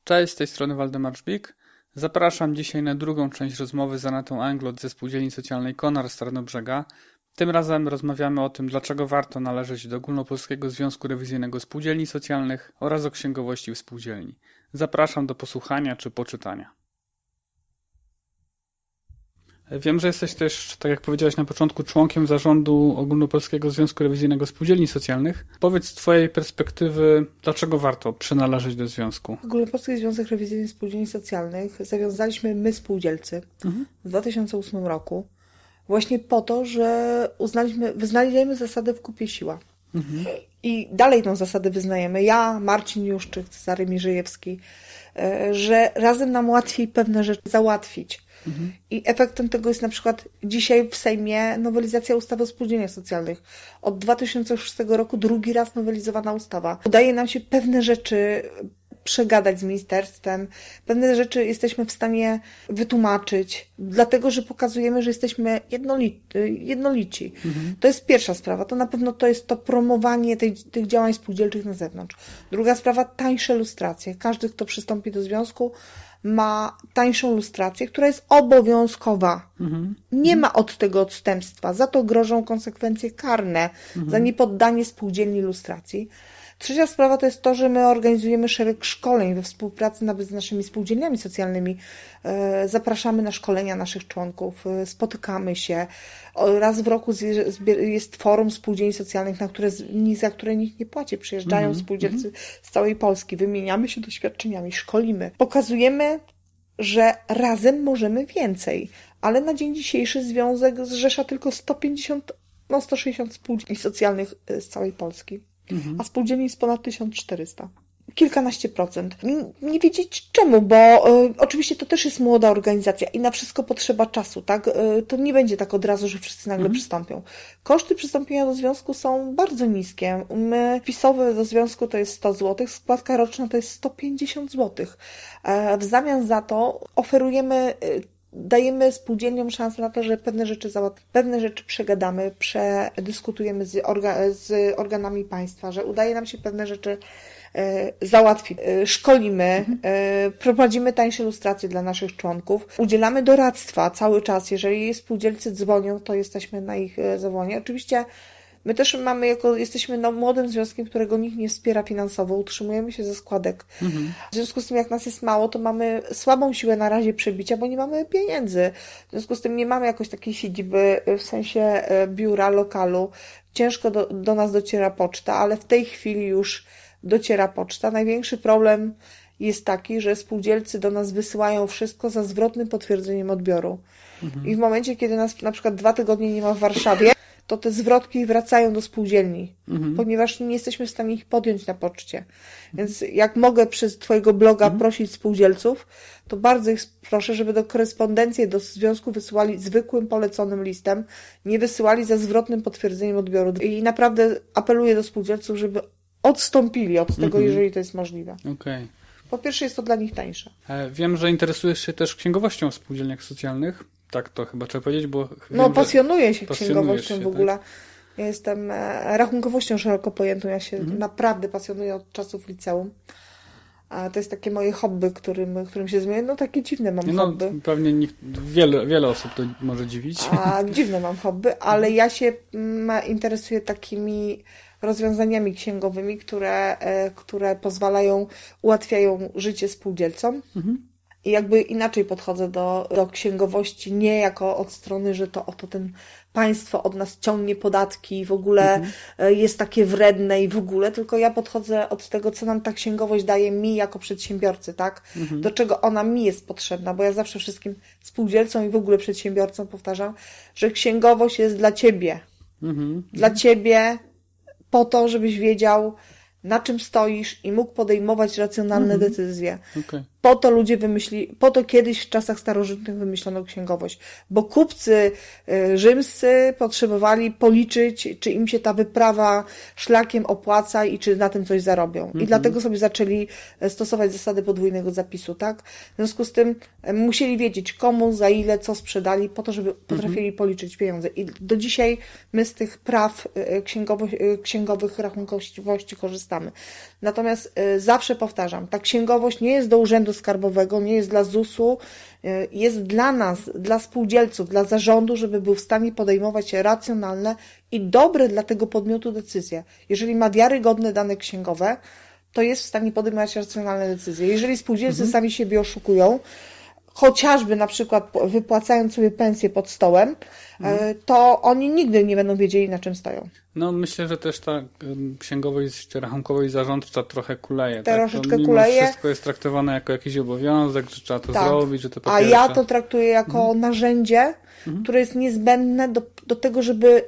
Cześć, z tej strony Waldemar Żbik. Zapraszam dzisiaj na drugą część rozmowy z Anetą Englot ze Spółdzielni Socjalnej Konar z Tarnobrzega. Tym razem rozmawiamy o tym, dlaczego warto należeć do Ogólnopolskiego Związku Rewizyjnego Spółdzielni Socjalnych oraz o księgowości w spółdzielni. Zapraszam do posłuchania czy poczytania. Wiem, że jesteś też, tak jak powiedziałeś na początku, członkiem zarządu Ogólnopolskiego Związku Rewizyjnego Spółdzielni Socjalnych. Powiedz z twojej perspektywy, dlaczego warto przynależeć do związku? Ogólnopolski Związek Rewizyjny Spółdzielni Socjalnych zawiązaliśmy my spółdzielcy w 2008 roku. Właśnie po to, że wyznaliśmy zasadę w kupie siła. I dalej tą zasadę wyznajemy. Ja, Marcin Juszczyk, Cezary Mierzejewski, że razem nam łatwiej pewne rzeczy załatwić. I efektem tego jest na przykład dzisiaj w Sejmie nowelizacja ustawy o spółdzielniach socjalnych. Od 2006 roku drugi raz nowelizowana ustawa. Udaje nam się pewne rzeczy przegadać z ministerstwem. Pewne rzeczy jesteśmy w stanie wytłumaczyć, dlatego, że pokazujemy, że jesteśmy jednolici. To jest pierwsza sprawa. To na pewno to jest to promowanie tych działań spółdzielczych na zewnątrz. Druga sprawa, tańsze lustracje. Każdy, kto przystąpi do związku, ma tańszą lustrację, która jest obowiązkowa. Nie ma od tego odstępstwa. Za to grożą konsekwencje karne, za niepoddanie spółdzielni lustracji. Trzecia sprawa to jest to, że my organizujemy szereg szkoleń we współpracy nawet z naszymi spółdzielniami socjalnymi. Zapraszamy na szkolenia naszych członków, spotykamy się. Raz w roku jest forum spółdzielni socjalnych, za które nikt nie płaci. Przyjeżdżają spółdzielcy z całej Polski, wymieniamy się doświadczeniami, szkolimy. Pokazujemy, że razem możemy więcej, ale na dzień dzisiejszy związek zrzesza tylko 160 spółdzielni socjalnych z całej Polski. A spółdzielni jest ponad 1400. Kilkanaście procent. Nie wiedzieć czemu, bo oczywiście to też jest młoda organizacja i na wszystko potrzeba czasu, tak? To nie będzie tak od razu, że wszyscy nagle przystąpią. Koszty przystąpienia do związku są bardzo niskie. Wpisowe do związku to jest 100 zł, składka roczna to jest 150 zł. W zamian za to dajemy spółdzielniom szansę na to, że pewne rzeczy przegadamy, przedyskutujemy z organami państwa, że udaje nam się pewne rzeczy załatwić. Szkolimy, prowadzimy tańsze lustracje dla naszych członków, udzielamy doradztwa cały czas. Jeżeli spółdzielcy dzwonią, to jesteśmy na ich zawołanie. Oczywiście my też jesteśmy młodym związkiem, którego nikt nie wspiera finansowo, utrzymujemy się ze składek. W związku z tym, jak nas jest mało, to mamy słabą siłę na razie przebicia, bo nie mamy pieniędzy. W związku z tym nie mamy jakoś takiej siedziby, w sensie biura, lokalu. Ciężko do nas dociera poczta, ale w tej chwili już dociera poczta. Największy problem jest taki, że spółdzielcy do nas wysyłają wszystko za zwrotnym potwierdzeniem odbioru. I w momencie, kiedy nas na przykład 2 tygodnie nie ma w Warszawie, to te zwrotki wracają do spółdzielni, ponieważ nie jesteśmy w stanie ich podjąć na poczcie. Więc jak mogę przez twojego bloga prosić spółdzielców, to bardzo ich proszę, żeby do korespondencji do związku wysyłali zwykłym, poleconym listem, nie wysyłali za zwrotnym potwierdzeniem odbioru. I naprawdę apeluję do spółdzielców, żeby odstąpili od tego, jeżeli to jest możliwe. Okay. Po pierwsze jest to dla nich tańsze. Wiem, że interesujesz się też księgowością w spółdzielniach socjalnych. Tak to chyba trzeba powiedzieć, bo... pasjonuję się księgowością w ogóle. Tak? Ja jestem rachunkowością szeroko pojętą. Ja się naprawdę pasjonuję od czasów liceum. A to jest takie moje hobby, którym się zmienię. No takie dziwne mam hobby. Pewnie wiele osób to może dziwić. Dziwne mam hobby, ale ja się interesuję takimi rozwiązaniami księgowymi, które ułatwiają życie spółdzielcom. I jakby inaczej podchodzę do księgowości, nie jako od strony, że to oto państwo od nas ciągnie podatki i w ogóle jest takie wredne i w ogóle, tylko ja podchodzę od tego, co nam ta księgowość daje mi jako przedsiębiorcy, tak? Do czego ona mi jest potrzebna, bo ja zawsze wszystkim spółdzielcom i w ogóle przedsiębiorcom powtarzam, że księgowość jest dla ciebie. Dla ciebie po to, żebyś wiedział, na czym stoisz i mógł podejmować racjonalne decyzje. Po to kiedyś w czasach starożytnych wymyślono księgowość, bo kupcy rzymscy potrzebowali policzyć, czy im się ta wyprawa szlakiem opłaca i czy na tym coś zarobią. I dlatego sobie zaczęli stosować zasady podwójnego zapisu, tak? W związku z tym musieli wiedzieć komu, za ile, co sprzedali, po to, żeby potrafili policzyć pieniądze. I do dzisiaj my z tych praw księgowych rachunkowości korzystamy. Natomiast zawsze powtarzam, ta księgowość nie jest do urzędu skarbowego, nie jest dla ZUS-u, jest dla nas, dla spółdzielców, dla zarządu, żeby był w stanie podejmować racjonalne i dobre dla tego podmiotu decyzje. Jeżeli ma wiarygodne dane księgowe, to jest w stanie podejmować racjonalne decyzje. Jeżeli spółdzielcy sami siebie oszukują, chociażby na przykład wypłacając sobie pensję pod stołem, to oni nigdy nie będą wiedzieli, na czym stoją. No myślę, że też ta księgowość rachunkowość zarządcza trochę kuleje. Troszeczkę mimo kuleje. Wszystko jest traktowane jako jakiś obowiązek, że trzeba to Tak. zrobić, że to po A pierwsze... ja to traktuję jako narzędzie, które jest niezbędne do tego,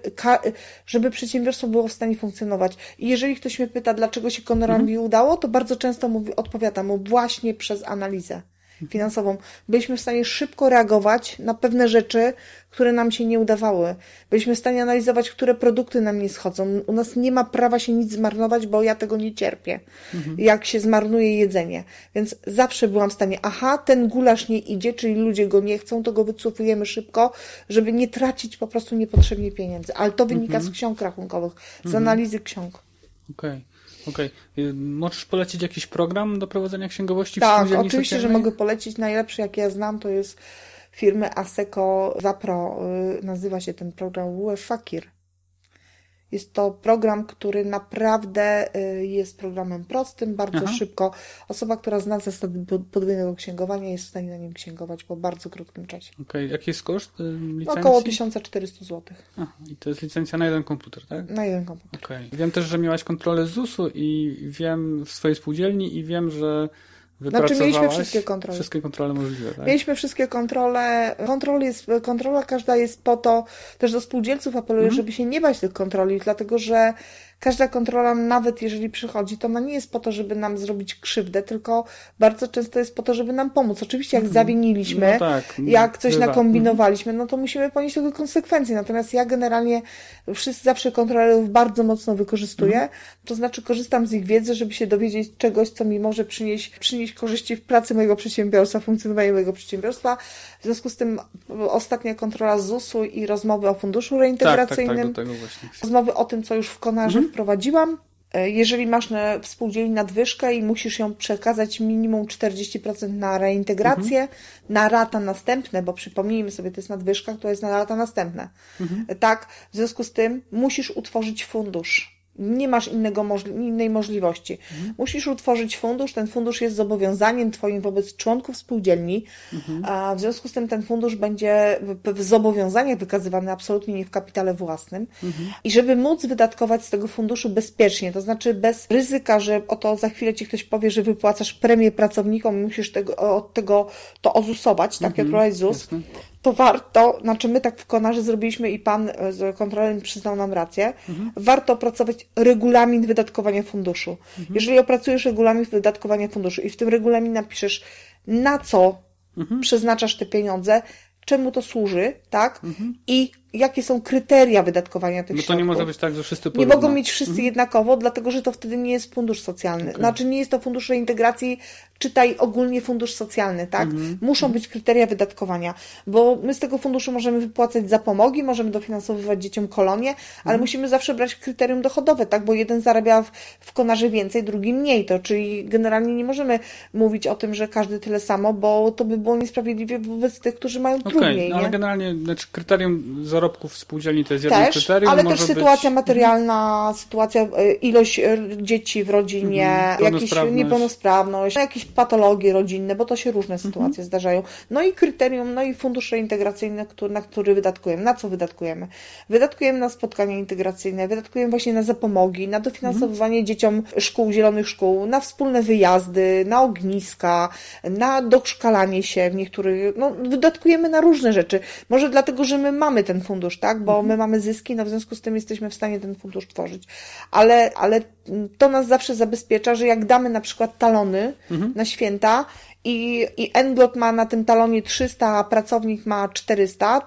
żeby przedsiębiorstwo było w stanie funkcjonować. I jeżeli ktoś mnie pyta, dlaczego się Konradowi udało, to bardzo często odpowiadam mu właśnie przez analizę finansową. Byliśmy w stanie szybko reagować na pewne rzeczy, które nam się nie udawały. Byliśmy w stanie analizować, które produkty nam nie schodzą. U nas nie ma prawa się nic zmarnować, bo ja tego nie cierpię, jak się zmarnuje jedzenie. Więc zawsze byłam w stanie, ten gulasz nie idzie, czyli ludzie go nie chcą, to go wycofujemy szybko, żeby nie tracić po prostu niepotrzebnie pieniędzy. Ale to wynika z ksiąg rachunkowych, z analizy ksiąg. Okej. Możesz polecić jakiś program do prowadzenia księgowości w Tak, spółdzielni oczywiście, socjalnej? że mogę polecić. Najlepszy, jaki ja znam, to jest firmy Asseco Zapro. Nazywa się ten program WF Fakir. Jest to program, który naprawdę jest programem prostym, bardzo szybko. Osoba, która zna zasady podwójnego księgowania, jest w stanie na nim księgować po bardzo krótkim czasie. Jaki jest koszt licencji? Około 1400 zł. I to jest licencja na jeden komputer, tak? Na jeden komputer. Wiem też, że miałaś kontrolę ZUS-u i wiem w swojej spółdzielni i wiem, że wypracowałaś... mieliśmy wszystkie kontrole. Wszystkie kontrole możliwe, tak? Mieliśmy wszystkie kontrole. Kontrola każda jest po to, też do spółdzielców apeluję, żeby się nie bać tych kontroli, dlatego że każda kontrola, nawet jeżeli przychodzi, to ona nie jest po to, żeby nam zrobić krzywdę, tylko bardzo często jest po to, żeby nam pomóc. Oczywiście jak zawiniliśmy, jak coś nakombinowaliśmy, no to musimy ponieść tego konsekwencje. Natomiast ja generalnie zawsze kontrolerów bardzo mocno wykorzystuję, to znaczy korzystam z ich wiedzy, żeby się dowiedzieć czegoś, co mi może przynieść korzyści w pracy mojego przedsiębiorstwa, funkcjonowaniu mojego przedsiębiorstwa. W związku z tym ostatnia kontrola ZUS-u i rozmowy o funduszu reintegracyjnym, do tego właśnie. rozmowy o tym, co już w Konarze wprowadziłam. Jeżeli masz w spółdzielni nadwyżkę i musisz ją przekazać minimum 40% na reintegrację, na lata następne, bo przypomnijmy sobie, to jest nadwyżka, która jest na lata następne. Tak, w związku z tym musisz utworzyć fundusz. Nie masz innej możliwości. Musisz utworzyć fundusz, ten fundusz jest zobowiązaniem twoim wobec członków spółdzielni, a w związku z tym ten fundusz będzie w zobowiązaniach wykazywany absolutnie nie w kapitale własnym i żeby móc wydatkować z tego funduszu bezpiecznie, to znaczy bez ryzyka, że za chwilę ci ktoś powie, że wypłacasz premię pracownikom i musisz od tego to ozusować, tak jak prowadzi ZUS, jasne. To warto, my tak w Konarze zrobiliśmy i pan z kontrolerem przyznał nam rację, warto opracować regulamin wydatkowania funduszu. Jeżeli opracujesz regulamin wydatkowania funduszu i w tym regulaminie napiszesz, na co przeznaczasz te pieniądze, czemu to służy, tak? I jakie są kryteria wydatkowania tych środków. No to nie może być tak, że wszyscy porówno. Nie mogą mieć wszyscy jednakowo, dlatego że to wtedy nie jest fundusz socjalny. Znaczy nie jest to fundusz reintegracji, czytaj ogólnie fundusz socjalny, tak? Muszą być kryteria wydatkowania, bo my z tego funduszu możemy wypłacać zapomogi, możemy dofinansowywać dzieciom kolonie, ale musimy zawsze brać kryterium dochodowe, tak? Bo jeden zarabia w Konarze więcej, drugi mniej. Czyli generalnie nie możemy mówić o tym, że każdy tyle samo, bo to by było niesprawiedliwie wobec tych, którzy mają trudniej. Ale generalnie kryterium zarobków w spółdzielni to jest jedno kryterium. Ale też sytuacja materialna, ilość dzieci w rodzinie, jakieś niepełnosprawność, jakieś patologie rodzinne, bo to się różne sytuacje zdarzają. No i kryterium, no i fundusz reintegracyjny, na który wydatkujemy. Na co wydatkujemy? Wydatkujemy na spotkania integracyjne, wydatkujemy właśnie na zapomogi, na dofinansowywanie dzieciom szkół, zielonych szkół, na wspólne wyjazdy, na ogniska, na doszkalanie się w niektórych, wydatkujemy na różne rzeczy. Może dlatego, że my mamy ten fundusz, tak? Bo my mamy zyski, w związku z tym jesteśmy w stanie ten fundusz tworzyć. Ale to nas zawsze zabezpiecza, że jak damy na przykład talony na święta i NGLOT ma na tym talonie 300, a pracownik ma 400,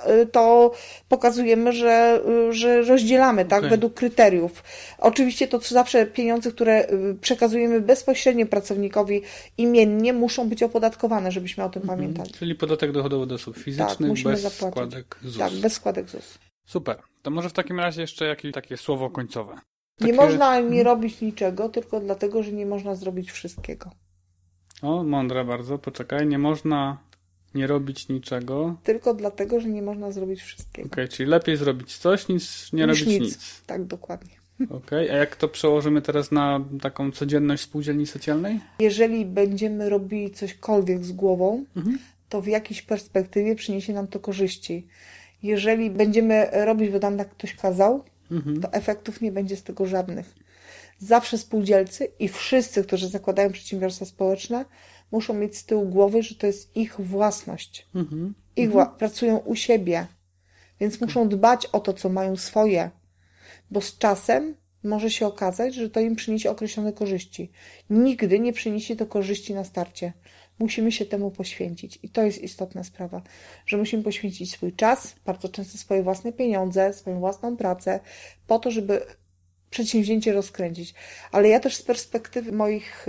to pokazujemy, że rozdzielamy, tak, według kryteriów. Oczywiście to zawsze pieniądze, które przekazujemy bezpośrednio pracownikowi imiennie, muszą być opodatkowane, żebyśmy o tym pamiętali. Czyli podatek dochodowy od osób fizycznych, musimy bez zapłacić. składek ZUS. Tak, bez składek ZUS. Super. To może w takim razie jeszcze jakieś takie słowo końcowe. Nie można nie robić niczego, tylko dlatego, że nie można zrobić wszystkiego. O, mądre bardzo. Poczekaj, nie można nie robić niczego. Tylko dlatego, że nie można zrobić wszystkiego. Okej, czyli lepiej zrobić coś, niż nie robić nic. Tak, dokładnie. Okej, a jak to przełożymy teraz na taką codzienność spółdzielni socjalnej? Jeżeli będziemy robili cośkolwiek z głową, to w jakiejś perspektywie przyniesie nam to korzyści. Jeżeli będziemy robić, bo nam tak ktoś kazał, to efektów nie będzie z tego żadnych. Zawsze spółdzielcy i wszyscy, którzy zakładają przedsiębiorstwa społeczne, muszą mieć z tyłu głowy, że to jest ich własność. Pracują u siebie, więc muszą dbać o to, co mają swoje, bo z czasem może się okazać, że to im przyniesie określone korzyści. Nigdy nie przyniesie to korzyści na starcie. Musimy się temu poświęcić. I to jest istotna sprawa, że musimy poświęcić swój czas, bardzo często swoje własne pieniądze, swoją własną pracę, po to, żeby przedsięwzięcie rozkręcić. Ale ja też z perspektywy moich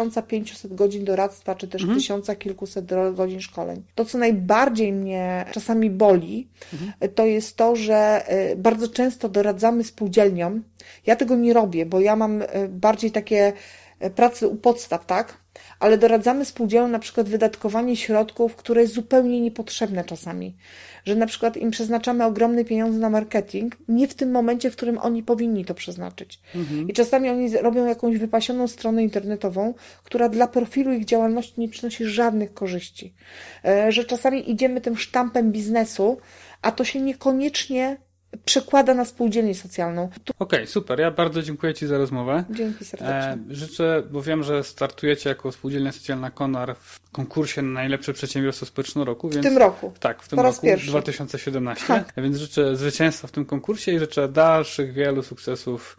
1500 godzin doradztwa, czy też 1000 kilkuset godzin szkoleń, to co najbardziej mnie czasami boli, to jest to, że bardzo często doradzamy spółdzielniom. Ja tego nie robię, bo ja mam bardziej takie pracy u podstaw, tak? Ale doradzamy spółdzielniom na przykład wydatkowanie środków, które jest zupełnie niepotrzebne czasami. Że na przykład im przeznaczamy ogromne pieniądze na marketing, nie w tym momencie, w którym oni powinni to przeznaczyć. I czasami oni robią jakąś wypasioną stronę internetową, która dla profilu ich działalności nie przynosi żadnych korzyści. Że czasami idziemy tym sztampem biznesu, a to się niekoniecznie przekłada na spółdzielnię socjalną. Okej, super. Ja bardzo dziękuję Ci za rozmowę. Dzięki serdecznie. Życzę, bo wiem, że startujecie jako spółdzielnia socjalna Konar w konkursie na najlepsze przedsiębiorstwo społeczne roku. Więc, w tym roku. Tak, w tym po raz roku, pierwszy. 2017. Tak. Więc życzę zwycięstwa w tym konkursie i życzę dalszych wielu sukcesów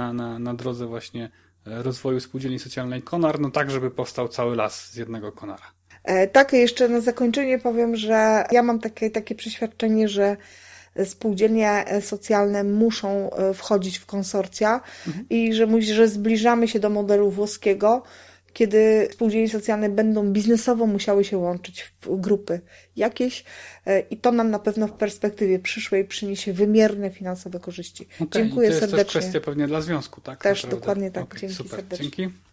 na drodze właśnie rozwoju spółdzielni socjalnej Konar, no tak, żeby powstał cały las z jednego Konara. Tak, jeszcze na zakończenie powiem, że ja mam takie przeświadczenie, że spółdzielnie socjalne muszą wchodzić w konsorcja i że zbliżamy się do modelu włoskiego, kiedy spółdzielnie socjalne będą biznesowo musiały się łączyć w grupy jakieś i to nam na pewno w perspektywie przyszłej przyniesie wymierne finansowe korzyści. Dziękuję serdecznie. To jest też kwestia pewnie dla związku, tak? Też dokładnie tak. Dzięki super. serdecznie. Dzięki.